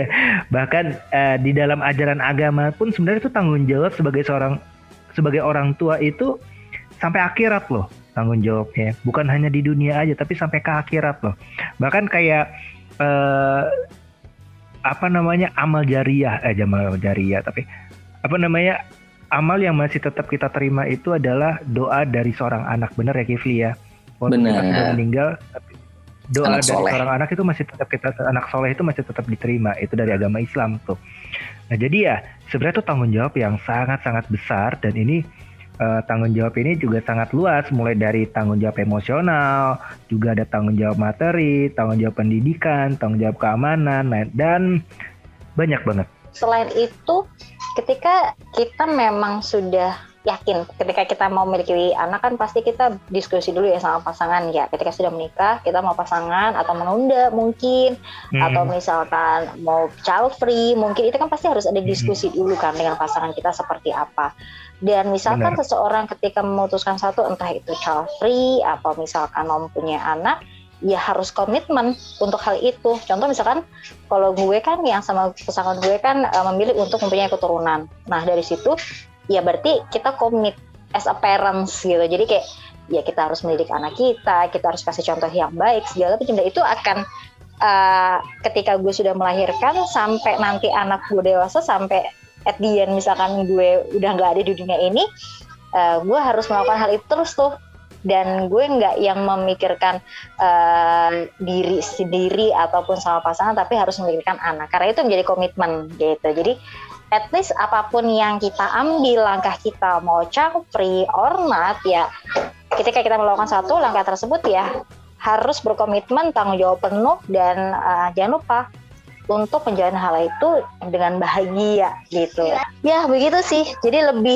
Bahkan uh, di dalam ajaran agama pun sebenarnya itu tanggung jawab sebagai seorang sebagai orang tua itu sampai akhirat loh. Tanggung jawabnya bukan hanya di dunia aja tapi sampai ke akhirat loh. Bahkan kayak eh, apa namanya amal jariah eh amal jariah tapi apa namanya amal yang masih tetap kita terima itu adalah doa dari seorang anak. Benar ya Kifli ya? Walaupun kita sudah meninggal tapi doa anak dari soleh. Seorang anak itu masih tetap kita anak soleh itu masih tetap diterima, itu dari agama Islam tuh. Nah jadi ya sebenarnya itu tanggung jawab yang sangat-sangat besar, dan ini Uh, tanggung jawab ini juga sangat luas, mulai dari tanggung jawab emosional, juga ada tanggung jawab materi, tanggung jawab pendidikan, tanggung jawab keamanan, dan banyak banget. Selain itu, ketika kita memang sudah yakin, ketika kita mau memiliki anak kan pasti kita diskusi dulu ya sama pasangan ya. Ketika sudah menikah, kita mau pasangan atau menunda mungkin, hmm. atau misalkan mau child free, mungkin itu kan pasti harus ada diskusi hmm. dulu kan dengan pasangan kita seperti apa. Dan misalkan Benar. seseorang ketika memutuskan satu, entah itu child free atau misalkan mau punya anak, ya harus komitmen untuk hal itu. Contoh misalkan kalau gue kan yang sama pasangan gue kan uh, memilih untuk mempunyai keturunan. Nah dari situ ya berarti kita komit as a parents gitu. Jadi kayak ya kita harus mendidik anak kita, kita harus kasih contoh yang baik segala macam. Dan itu akan uh, ketika gue sudah melahirkan sampai nanti anak gue dewasa, sampai at the end misalkan gue udah nggak ada di dunia ini, uh, gue harus melakukan hal itu terus tuh. Dan gue nggak yang memikirkan uh, diri sendiri ataupun sama pasangan, tapi harus memikirkan anak, karena itu menjadi komitmen gitu. Jadi at least apapun yang kita ambil, langkah kita mau child free or not, ya ketika kita melakukan satu langkah tersebut ya harus berkomitmen, tanggung jawab penuh, dan uh, jangan lupa untuk menjalani hal itu dengan bahagia gitu. Ya begitu sih, jadi lebih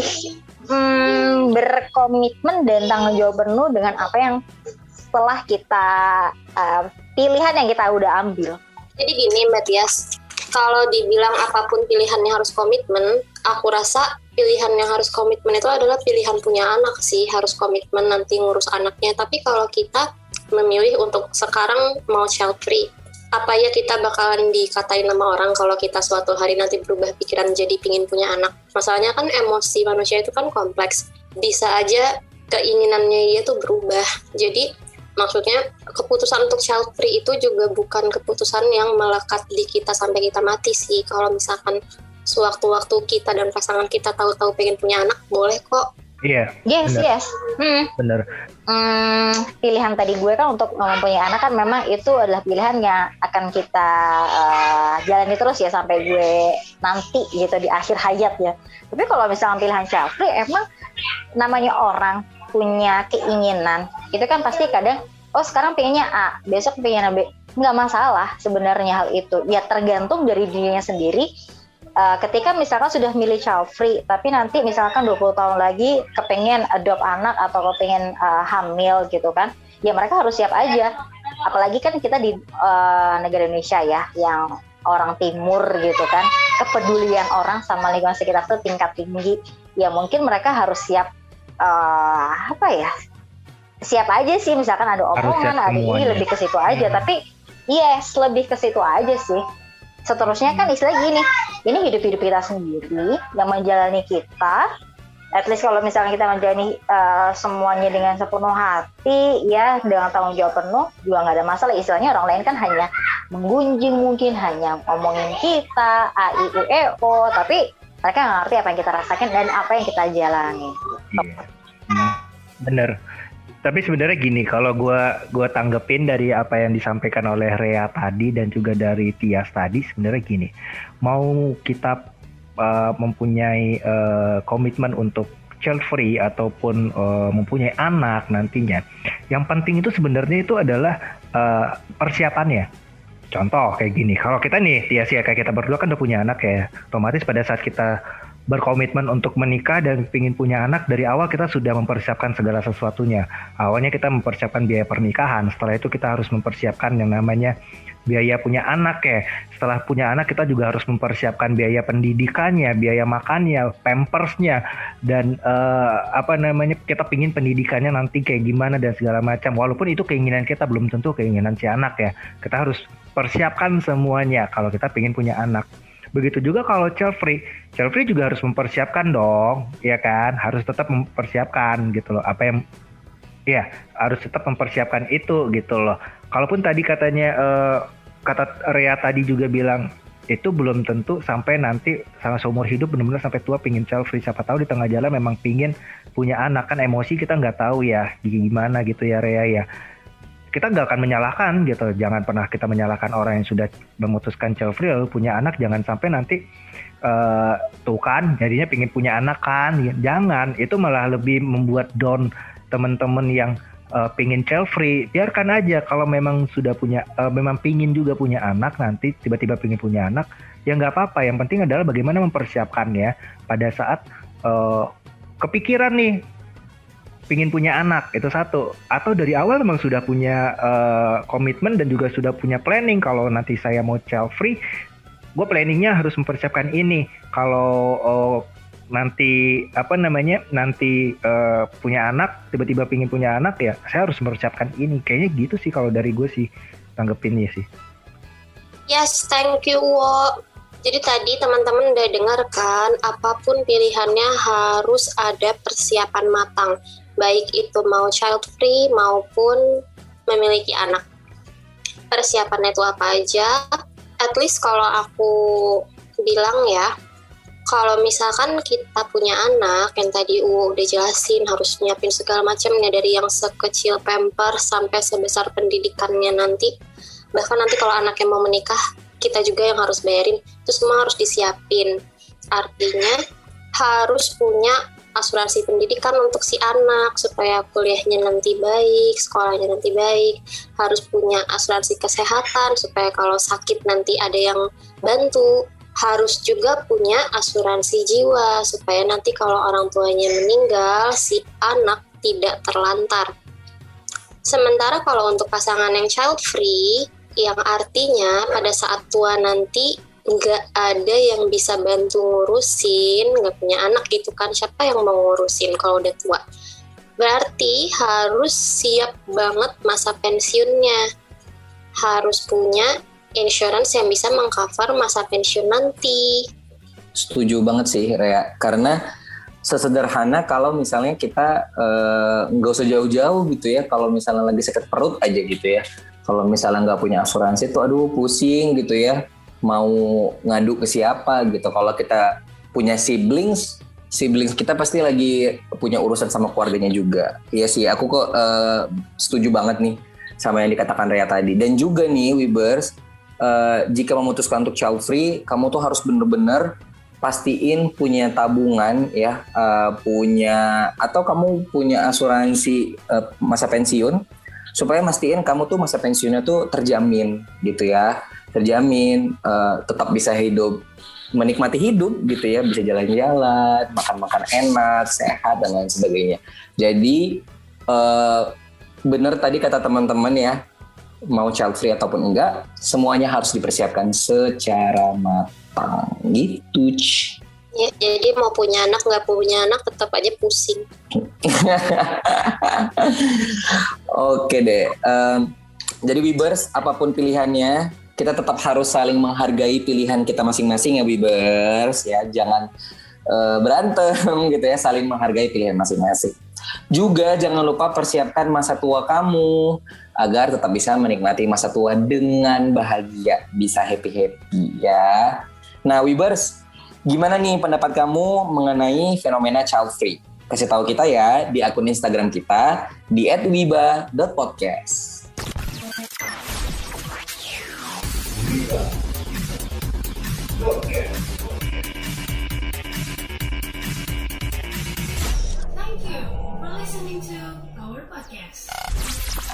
hmm, berkomitmen dan tanggung jawab penuh dengan apa yang setelah kita uh, pilihan yang kita udah ambil. Jadi gini Mbak Tias, kalau dibilang apapun pilihannya harus komitmen, aku rasa pilihan yang harus komitmen itu adalah pilihan punya anak sih, harus komitmen nanti ngurus anaknya. Tapi kalau kita memilih untuk sekarang mau child free, apa ya kita bakalan dikatain sama orang kalau kita suatu hari nanti berubah pikiran jadi pingin punya anak? Masalahnya kan emosi manusia itu kan kompleks, bisa aja keinginannya dia tuh berubah. Jadi maksudnya keputusan untuk child free itu juga bukan keputusan yang melekat di kita sampai kita mati sih. Kalau misalkan sewaktu-waktu kita dan pasangan kita tahu-tahu pengen punya anak, boleh kok. Iya. Yes, bener. yes. Hmm. Bener. Hmm, pilihan tadi gue kan untuk mempunyai anak kan memang itu adalah pilihan yang akan kita uh, jalani terus ya sampai gue nanti gitu di akhir hayat ya. Tapi kalau misalnya pilihan child free, emang namanya orang punya keinginan itu kan pasti kadang oh sekarang pengennya A, besok pengennya B. Nggak masalah sebenarnya hal itu. Ya tergantung dari dirinya sendiri. uh, ketika misalkan sudah milih child free, tapi nanti misalkan dua puluh tahun lagi kepengen adopt anak atau kepengen uh, hamil gitu kan, ya mereka harus siap aja. Apalagi kan kita di uh, negara Indonesia ya, yang orang timur gitu kan, kepedulian orang sama lingkungan sekitar itu tingkat tinggi. Ya mungkin mereka harus siap uh, apa ya? Siap aja sih, misalkan ada omongan, ada ini lebih ke situ aja. Hmm. Tapi yes, lebih ke situ aja sih. Seterusnya kan istilah gini, ini hidup-hidup kita sendiri yang menjalani kita. At least kalau misalnya kita menjalani uh, semuanya dengan sepenuh hati, ya dengan tanggung jawab penuh, juga nggak ada masalah. Istilahnya orang lain kan hanya menggunjing, mungkin hanya ngomongin kita, a, i, u, e, o, tapi mereka nggak ngerti apa yang kita rasakan dan apa yang kita jalani. Iya, hmm, bener. Tapi sebenarnya gini, kalau gue gua tanggepin dari apa yang disampaikan oleh Rea tadi dan juga dari Tias tadi, sebenarnya gini, mau kita uh, mempunyai uh, komitmen untuk child free ataupun uh, mempunyai anak nantinya, yang penting itu sebenarnya itu adalah uh, persiapannya. Contoh kayak gini, kalau kita nih Tias ya, kayak kita berdua kan udah punya anak ya, otomatis pada saat kita berkomitmen untuk menikah dan ingin punya anak, dari awal kita sudah mempersiapkan segala sesuatunya. Awalnya kita mempersiapkan biaya pernikahan, setelah itu kita harus mempersiapkan yang namanya biaya punya anak ya. Setelah punya anak kita juga harus mempersiapkan biaya pendidikannya, biaya makannya, pampersnya, dan uh, apa namanya, kita pingin pendidikannya nanti kayak gimana dan segala macam. Walaupun itu keinginan kita, belum tentu keinginan si anak ya. Kita harus persiapkan semuanya kalau kita pingin punya anak. Begitu juga kalau child free, child free juga harus mempersiapkan dong, ya kan? Harus tetap mempersiapkan gitu loh. Apa yang, ya harus tetap mempersiapkan itu gitu loh. Kalaupun tadi katanya uh, kata Rea tadi juga bilang itu belum tentu sampai nanti sama seumur hidup benar-benar sampai tua pingin child free. Siapa tahu di tengah jalan memang pingin punya anak, kan emosi kita nggak tahu ya gimana gitu ya Rea ya. Kita nggak akan menyalahkan gitu, jangan pernah kita menyalahkan orang yang sudah memutuskan child free lalu punya anak, jangan sampai nanti uh, tuh kan jadinya pingin punya anak kan, jangan, itu malah lebih membuat down teman-teman yang uh, pingin child free. Biarkan aja kalau memang sudah punya, uh, memang pingin juga punya anak, nanti tiba-tiba pingin punya anak, ya nggak apa-apa, yang penting adalah bagaimana mempersiapkannya pada saat uh, kepikiran nih pingin punya anak, itu satu. Atau dari awal memang sudah punya uh, komitmen dan juga sudah punya planning, kalau nanti saya mau child free, gue planningnya harus mempersiapkan ini. Kalau uh, nanti apa namanya nanti uh, punya anak, tiba-tiba pingin punya anak, ya saya harus mempersiapkan ini. Kayaknya gitu sih kalau dari gue sih tanggepinnya sih. Yes, thank you Wo. Jadi tadi teman-teman udah dengar kan, apapun pilihannya harus ada persiapan matang. Baik itu mau child free maupun memiliki anak. Persiapannya itu apa aja? At least kalau aku bilang ya, kalau misalkan kita punya anak, yang tadi U udah jelasin harus nyiapin segala macamnya, dari yang sekecil pamper sampai sebesar pendidikannya nanti. Bahkan nanti kalau anaknya mau menikah, kita juga yang harus bayarin. Itu semua harus disiapin. Artinya harus punya asuransi pendidikan untuk si anak supaya kuliahnya nanti baik, sekolahnya nanti baik. Harus punya asuransi kesehatan supaya kalau sakit nanti ada yang bantu. Harus juga punya asuransi jiwa supaya nanti kalau orang tuanya meninggal, si anak tidak terlantar. Sementara kalau untuk pasangan yang child free, yang artinya pada saat tua nanti nggak ada yang bisa bantu ngurusin, nggak punya anak gitu kan, siapa yang mau ngurusin kalau udah tua? Berarti harus siap banget masa pensiunnya, harus punya insurance yang bisa mengcover masa pensiun nanti. Setuju banget sih Rea, karena sesederhana kalau misalnya kita nggak uh, usah jauh-jauh gitu ya, kalau misalnya lagi sakit perut aja gitu ya, kalau misalnya nggak punya asuransi tuh aduh pusing gitu ya, mau ngadu ke siapa gitu. Kalau kita punya siblings, siblings kita pasti lagi punya urusan sama keluarganya juga. Iya sih, aku kok uh, setuju banget nih sama yang dikatakan Rea tadi. Dan juga nih Wibers, uh, jika memutuskan untuk child free, kamu tuh harus bener-bener pastiin punya tabungan ya, uh, punya atau kamu punya asuransi uh, masa pensiun, supaya mastiin kamu tuh masa pensiunnya tuh terjamin gitu ya. terjamin, uh, tetap bisa hidup, menikmati hidup gitu ya, bisa jalan-jalan, makan-makan enak, sehat dan lain sebagainya. Jadi uh, benar tadi kata teman-teman ya, mau child free ataupun enggak, semuanya harus dipersiapkan secara matang gitu. Ya, jadi mau punya anak nggak punya anak tetap aja pusing. Oke deh. Um, jadi Wibers, apapun pilihannya, kita tetap harus saling menghargai pilihan kita masing-masing ya Wibers ya. Jangan uh, berantem gitu ya, saling menghargai pilihan masing-masing. Juga jangan lupa persiapkan masa tua kamu agar tetap bisa menikmati masa tua dengan bahagia, bisa happy-happy ya. Nah Wibers, gimana nih pendapat kamu mengenai fenomena child free? Kasih tahu kita ya di akun Instagram kita di et wiba dot podcast. Thank you for listening to our podcast.